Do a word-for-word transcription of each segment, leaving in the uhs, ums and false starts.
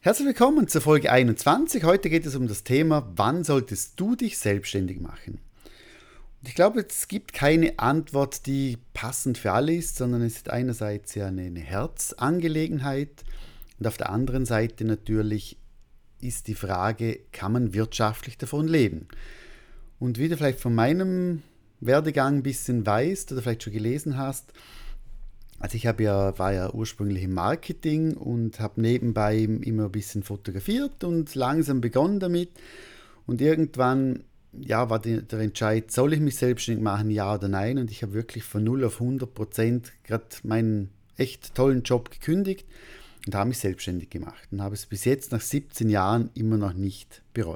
Herzlich willkommen zur Folge einundzwanzig. Heute geht es um das Thema, wann solltest du dich selbstständig machen? Und ich glaube, es gibt keine Antwort, die passend für alle ist, sondern es ist einerseits ja eine, eine Herzangelegenheit und auf der anderen Seite natürlich ist die Frage, kann man wirtschaftlich davon leben? Und wie du vielleicht von meinem Werdegang ein bisschen weißt oder vielleicht schon gelesen hast, also ich habe ja, war ja ursprünglich im Marketing und habe nebenbei immer ein bisschen fotografiert und langsam begonnen damit. Und irgendwann ja, war die, der Entscheid, soll ich mich selbstständig machen, ja oder nein? Und ich habe wirklich von null auf hundert Prozent gerade meinen echt tollen Job gekündigt und habe mich selbstständig gemacht. Und habe es bis jetzt nach siebzehn Jahren immer noch nicht bereut.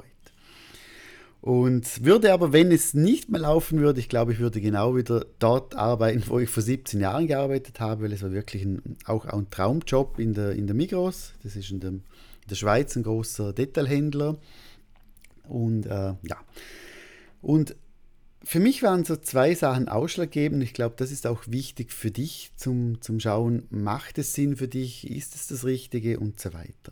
Und würde aber, wenn es nicht mehr laufen würde, ich glaube, ich würde genau wieder dort arbeiten, wo ich vor siebzehn Jahren gearbeitet habe, weil es war wirklich ein, auch ein Traumjob in der, in der Migros. Das ist in der, in der Schweiz ein großer Detailhändler. Und äh, ja, und für mich waren so zwei Sachen ausschlaggebend. Ich glaube, das ist auch wichtig für dich zum, zum Schauen, macht es Sinn für dich, ist es das Richtige und so weiter.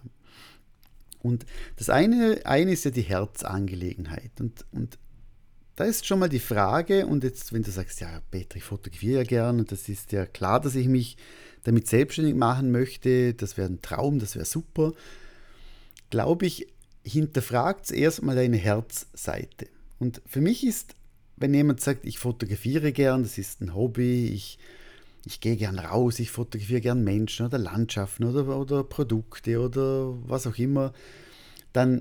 Und das eine, eine ist ja die Herzangelegenheit. Und, und da ist schon mal die Frage, und jetzt, wenn du sagst, ja, Peter, ich fotografiere ja gern, und das ist ja klar, dass ich mich damit selbstständig machen möchte, das wäre ein Traum, das wäre super, glaube ich, hinterfragt zuerst mal deine Herzseite. Und für mich ist, wenn jemand sagt, ich fotografiere gern, das ist ein Hobby, ich Ich gehe gern raus, ich fotografiere gern Menschen oder Landschaften oder, oder Produkte oder was auch immer, dann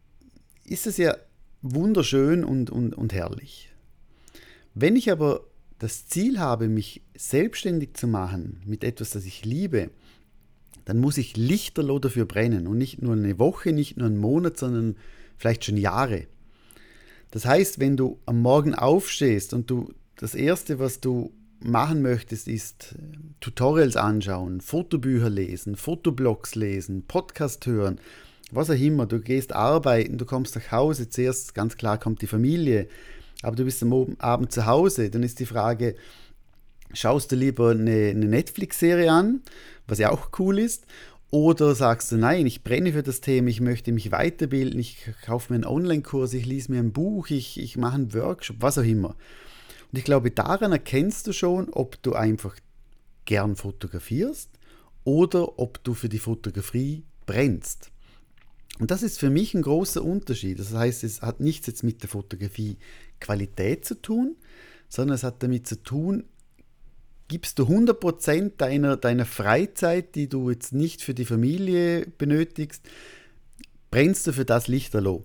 ist es ja wunderschön und, und, und herrlich. Wenn ich aber das Ziel habe, mich selbstständig zu machen mit etwas, das ich liebe, dann muss ich lichterloh dafür brennen und nicht nur eine Woche, nicht nur einen Monat, sondern vielleicht schon Jahre. Das heißt, wenn du am Morgen aufstehst und du das Erste, was du machen möchtest, ist Tutorials anschauen, Fotobücher lesen, Fotoblogs lesen, Podcast hören, was auch immer. Du gehst arbeiten, du kommst nach Hause, zuerst ganz klar kommt die Familie, aber du bist am Abend zu Hause, dann ist die Frage, schaust du lieber eine, eine Netflix-Serie an, was ja auch cool ist, oder sagst du, nein, ich brenne für das Thema, ich möchte mich weiterbilden, ich kaufe mir einen Online-Kurs, ich lese mir ein Buch, ich, ich mache einen Workshop, was auch immer. Und ich glaube, daran erkennst du schon, ob du einfach gern fotografierst oder ob du für die Fotografie brennst. Und das ist für mich ein großer Unterschied. Das heißt, es hat nichts jetzt mit der Fotografie-Qualität zu tun, sondern es hat damit zu tun, gibst du hundert Prozent deiner, deiner Freizeit, die du jetzt nicht für die Familie benötigst, brennst du für das lichterloh.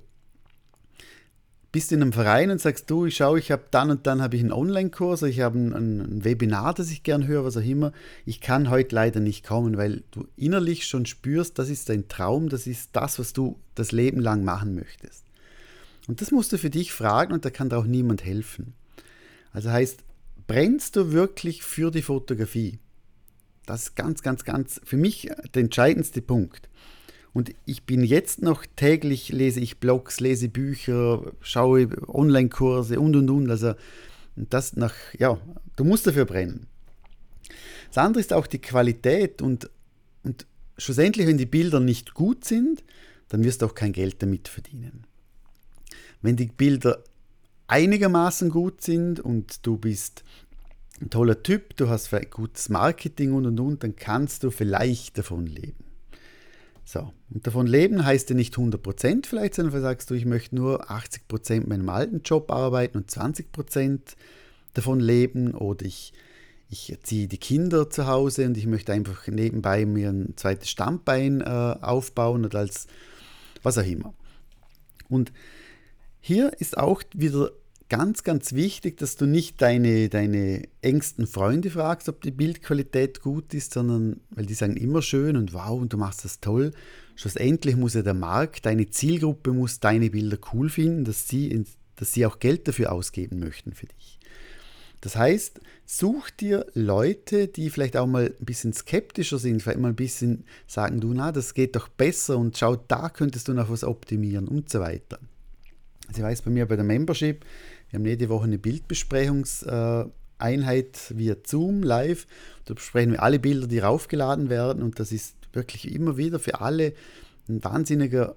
Bist in einem Verein und sagst, du, ich schaue, ich habe dann und dann habe ich einen Online-Kurs, ich habe ein, ein Webinar, das ich gern höre, was auch immer. Ich kann heute leider nicht kommen, weil du innerlich schon spürst, das ist dein Traum, das ist das, was du das Leben lang machen möchtest. Und das musst du für dich fragen und da kann dir auch niemand helfen. Also heißt, brennst du wirklich für die Fotografie? Das ist ganz, ganz, ganz für mich der entscheidendste Punkt. Und ich bin jetzt noch täglich, lese ich Blogs, lese Bücher, schaue Online-Kurse und und und. Also das nach, ja, du musst dafür brennen. Das andere ist auch die Qualität und, und schlussendlich, wenn die Bilder nicht gut sind, dann wirst du auch kein Geld damit verdienen. Wenn die Bilder einigermaßen gut sind und du bist ein toller Typ, du hast ein gutes Marketing und und und, dann kannst du vielleicht davon leben. So, und davon leben heißt ja nicht hundert Prozent vielleicht, sondern sagst du, ich möchte nur achtzig Prozent meinem alten Job arbeiten und zwanzig Prozent davon leben oder ich, ich erziehe die Kinder zu Hause und ich möchte einfach nebenbei mir ein zweites Standbein äh, aufbauen oder als was auch immer. Und hier ist auch wieder ganz, ganz wichtig, dass du nicht deine, deine engsten Freunde fragst, ob die Bildqualität gut ist, sondern, weil die sagen immer schön und wow und du machst das toll. Schlussendlich muss ja der Markt, deine Zielgruppe muss deine Bilder cool finden, dass sie, dass sie auch Geld dafür ausgeben möchten für dich. Das heißt, such dir Leute, die vielleicht auch mal ein bisschen skeptischer sind, vielleicht mal ein bisschen sagen, du, na, das geht doch besser und schau, da könntest du noch was optimieren und so weiter. Also ich weiß bei mir bei der Membership, wir haben jede Woche eine Bildbesprechungseinheit via Zoom live. Da besprechen wir alle Bilder, die raufgeladen werden und das ist wirklich immer wieder für alle ein wahnsinniger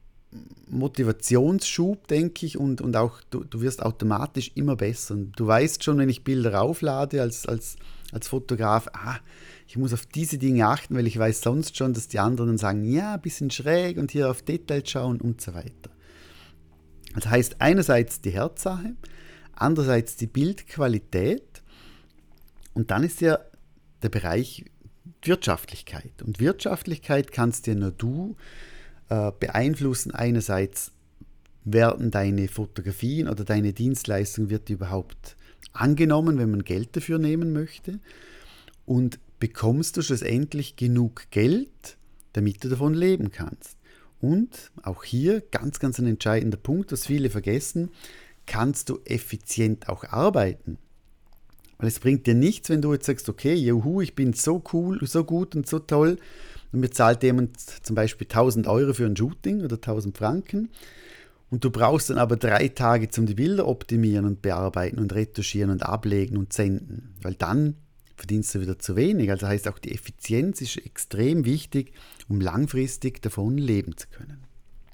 Motivationsschub, denke ich, und, und auch du, du wirst automatisch immer besser. Und du weißt schon, wenn ich Bilder auflade als, als, als Fotograf, ah, ich muss auf diese Dinge achten, weil ich weiß sonst schon, dass die anderen dann sagen, ja, ein bisschen schräg und hier auf Details schauen und so weiter. Das heißt einerseits die Herzsache, andererseits die Bildqualität und dann ist ja der Bereich Wirtschaftlichkeit. Und Wirtschaftlichkeit kannst ja nur du äh, beeinflussen. Einerseits werden deine Fotografien oder deine Dienstleistung wird überhaupt angenommen, wenn man Geld dafür nehmen möchte. Und bekommst du schlussendlich genug Geld, damit du davon leben kannst. Und auch hier ganz, ganz ein entscheidender Punkt, was viele vergessen, kannst du effizient auch arbeiten. Weil es bringt dir nichts, wenn du jetzt sagst, okay, juhu, ich bin so cool, so gut und so toll und mir zahlt jemand zum Beispiel tausend Euro für ein Shooting oder tausend Franken und du brauchst dann aber drei Tage, um die Bilder optimieren und bearbeiten und retuschieren und ablegen und senden, weil dann verdienst du wieder zu wenig. Also heißt auch die Effizienz ist extrem wichtig, um langfristig davon leben zu können.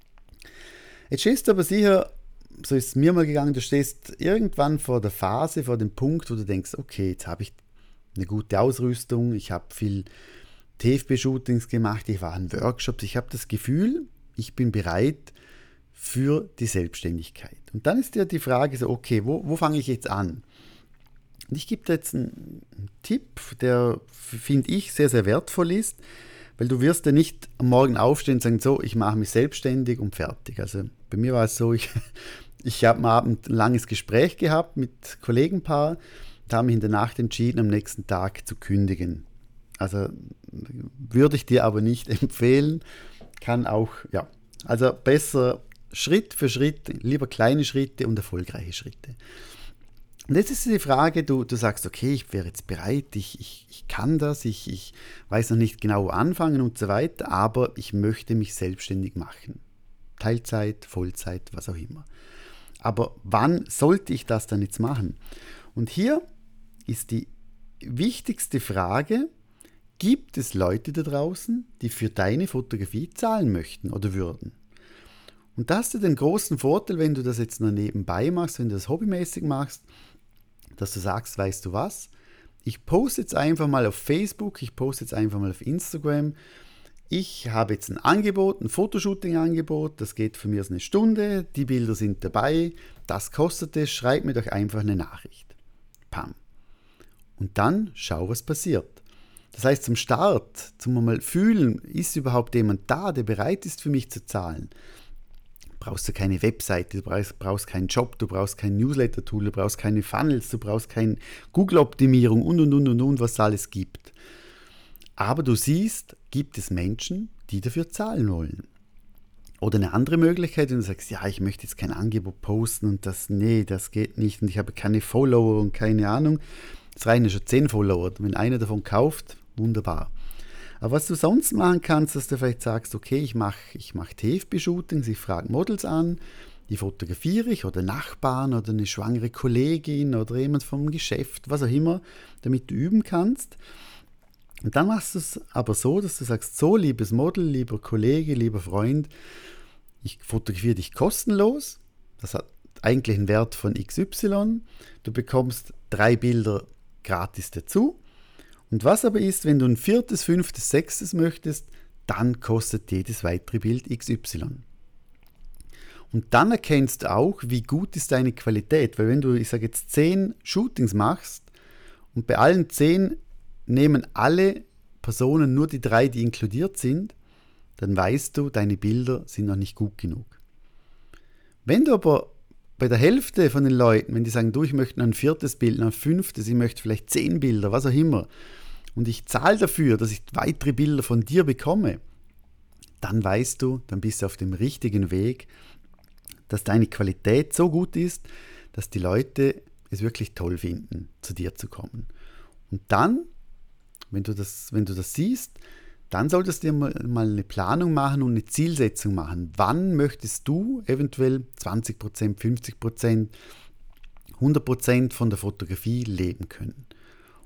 Jetzt stehst du aber sicher, so ist es mir mal gegangen, du stehst irgendwann vor der Phase, vor dem Punkt, wo du denkst, okay, jetzt habe ich eine gute Ausrüstung, ich habe viel T F B-Shootings gemacht, ich war in Workshops, ich habe das Gefühl, ich bin bereit für die Selbstständigkeit. Und dann ist ja die Frage so, okay, wo, wo fange ich jetzt an? Und ich gebe dir jetzt einen Tipp, der, finde ich, sehr, sehr wertvoll ist, weil du wirst ja nicht am Morgen aufstehen und sagen, so, ich mache mich selbstständig und fertig. Also bei mir war es so, ich, ich habe am Abend ein langes Gespräch gehabt mit Kollegenpaar und habe mich in der Nacht entschieden, am nächsten Tag zu kündigen. Also würde ich dir aber nicht empfehlen, kann auch, ja, also besser Schritt für Schritt, lieber kleine Schritte und erfolgreiche Schritte. Und jetzt ist die Frage, du, du sagst, okay, ich wäre jetzt bereit, ich, ich, ich kann das, ich, ich weiß noch nicht genau, wo anfangen und so weiter, aber ich möchte mich selbstständig machen. Teilzeit, Vollzeit, was auch immer. Aber wann sollte ich das dann jetzt machen? Und hier ist die wichtigste Frage, gibt es Leute da draußen, die für deine Fotografie zahlen möchten oder würden? Und da hast du den großen Vorteil, wenn du das jetzt noch nebenbei machst, wenn du das hobbymäßig machst, dass du sagst, weißt du was, ich poste jetzt einfach mal auf Facebook, ich poste jetzt einfach mal auf Instagram, ich habe jetzt ein Angebot, ein Fotoshooting-Angebot, das geht für mich eine Stunde, die Bilder sind dabei, das kostet es, schreib mir doch einfach eine Nachricht. Pam. Und dann schau, was passiert. Das heißt, zum Start, zum mal fühlen, ist überhaupt jemand da, der bereit ist für mich zu zahlen. Brauchst du keine Webseite, du brauchst, brauchst keinen Job, du brauchst kein Newsletter-Tool, du brauchst keine Funnels, du brauchst keine Google-Optimierung und, und, und, und, und, was es alles gibt. Aber du siehst, gibt es Menschen, die dafür zahlen wollen. Oder eine andere Möglichkeit, wenn du sagst, ja, ich möchte jetzt kein Angebot posten und das, nee, das geht nicht und ich habe keine Follower und keine Ahnung. Es reichen ja schon zehn Follower. Wenn einer davon kauft, wunderbar. Aber was du sonst machen kannst, dass du vielleicht sagst, okay, ich mache ich mach T F B-Shootings, ich frage Models an, die fotografiere ich oder Nachbarn oder eine schwangere Kollegin oder jemand vom Geschäft, was auch immer, damit du üben kannst. Und dann machst du es aber so, dass du sagst, so, liebes Model, lieber Kollege, lieber Freund, ich fotografiere dich kostenlos, das hat eigentlich einen Wert von X Y, du bekommst drei Bilder gratis dazu. Und was aber ist, wenn du ein viertes, fünftes, sechstes möchtest, dann kostet jedes weitere Bild X Y. Und dann erkennst du auch, wie gut ist deine Qualität. Weil wenn du, ich sage jetzt, zehn Shootings machst und bei allen zehn nehmen alle Personen nur die drei, die inkludiert sind, dann weißt du, deine Bilder sind noch nicht gut genug. Wenn du aber bei der Hälfte von den Leuten, wenn die sagen, du, ich möchte noch ein viertes Bild, noch ein fünftes, ich möchte vielleicht zehn Bilder, was auch immer, und ich zahle dafür, dass ich weitere Bilder von dir bekomme, dann weißt du, dann bist du auf dem richtigen Weg, dass deine Qualität so gut ist, dass die Leute es wirklich toll finden, zu dir zu kommen. Und dann, wenn du das, wenn du das siehst, dann solltest du dir mal, mal eine Planung machen und eine Zielsetzung machen. Wann möchtest du eventuell zwanzig Prozent, fünfzig Prozent, hundert Prozent von der Fotografie leben können?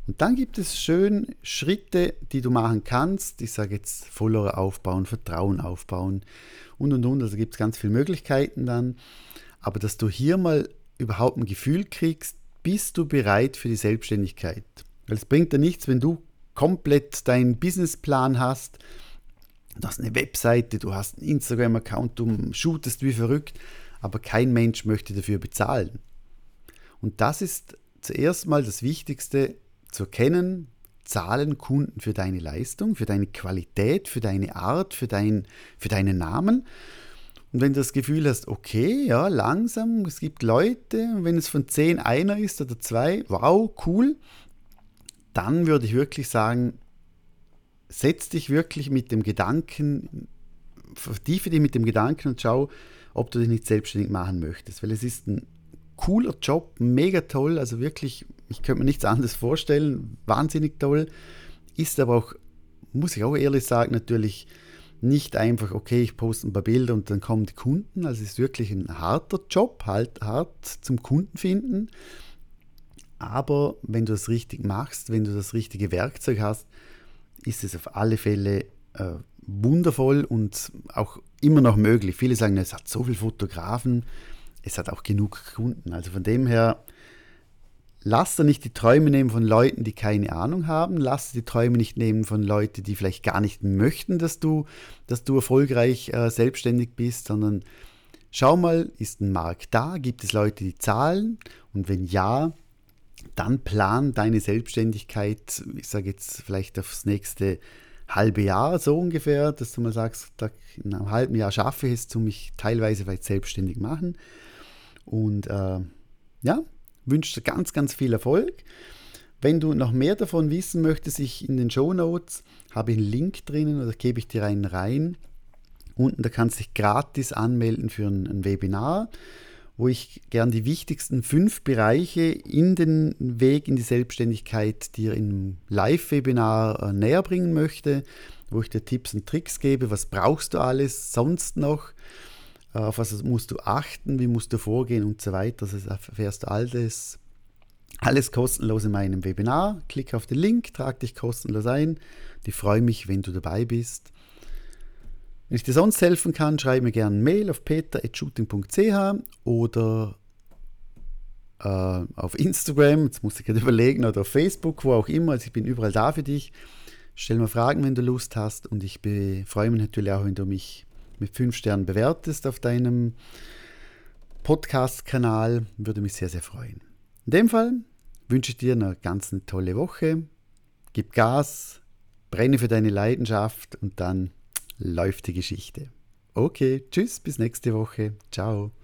Und dann gibt es schön Schritte, die du machen kannst. Ich sage jetzt Follower aufbauen, Vertrauen aufbauen und und und. Also gibt es ganz viele Möglichkeiten dann. Aber dass du hier mal überhaupt ein Gefühl kriegst, bist du bereit für die Selbstständigkeit? Weil es bringt dir nichts, wenn du komplett deinen Businessplan hast. Du hast eine Webseite, du hast einen Instagram-Account, du shootest wie verrückt, aber kein Mensch möchte dafür bezahlen. Und das ist zuerst mal das Wichtigste zu erkennen: Zahlen Kunden für deine Leistung, für deine Qualität, für deine Art, für, dein, für deinen Namen. Und wenn du das Gefühl hast, okay, ja, langsam, es gibt Leute, und wenn es von zehn einer ist oder zwei, wow, cool, dann würde ich wirklich sagen, setz dich wirklich mit dem Gedanken, vertiefe dich mit dem Gedanken und schau, ob du dich nicht selbstständig machen möchtest. Weil es ist ein cooler Job, mega toll, also wirklich, ich könnte mir nichts anderes vorstellen, wahnsinnig toll, ist aber auch, muss ich auch ehrlich sagen, natürlich nicht einfach, okay, ich poste ein paar Bilder und dann kommen die Kunden, also es ist wirklich ein harter Job, halt hart zum Kunden finden, aber wenn du das richtig machst, wenn du das richtige Werkzeug hast, ist es auf alle Fälle äh, wundervoll und auch immer noch möglich. Viele sagen, es hat so viele Fotografen, es hat auch genug Kunden. Also von dem her, lass dir nicht die Träume nehmen von Leuten, die keine Ahnung haben. Lass dir die Träume nicht nehmen von Leuten, die vielleicht gar nicht möchten, dass du, dass du erfolgreich äh, selbstständig bist, sondern schau mal, ist ein Markt da? Gibt es Leute, die zahlen? Und wenn ja, dann plan deine Selbstständigkeit, ich sage jetzt vielleicht aufs nächste halbe Jahr so ungefähr, dass du mal sagst, in einem halben Jahr schaffe ich es, zu mich teilweise vielleicht selbstständig machen. Und äh, ja, wünsche dir ganz, ganz viel Erfolg. Wenn du noch mehr davon wissen möchtest, ich in den Shownotes habe ich einen Link drinnen oder gebe ich dir einen rein. Unten, da kannst du dich gratis anmelden für ein, ein Webinar, wo ich gern die wichtigsten fünf Bereiche in den Weg in die Selbstständigkeit dir in einem Live-Webinar äh, näher bringen möchte, wo ich dir Tipps und Tricks gebe, was brauchst du alles sonst noch, äh, auf was musst du achten, wie musst du vorgehen und so weiter. Also erfährst du alles, alles kostenlos in meinem Webinar. Klick auf den Link, trag dich kostenlos ein. Ich freue mich, wenn du dabei bist. Wenn ich dir sonst helfen kann, schreib mir gerne eine Mail auf peter at shooting punkt c h oder äh, auf Instagram, jetzt muss ich gerade überlegen, oder auf Facebook, wo auch immer. Also ich bin überall da für dich. Stell mir Fragen, wenn du Lust hast, und ich freue mich natürlich auch, wenn du mich mit fünf Sternen bewertest auf deinem Podcast-Kanal. Würde mich sehr, sehr freuen. In dem Fall wünsche ich dir eine ganz eine tolle Woche. Gib Gas, brenne für deine Leidenschaft und dann läuft die Geschichte. Okay, tschüss, bis nächste Woche. Ciao.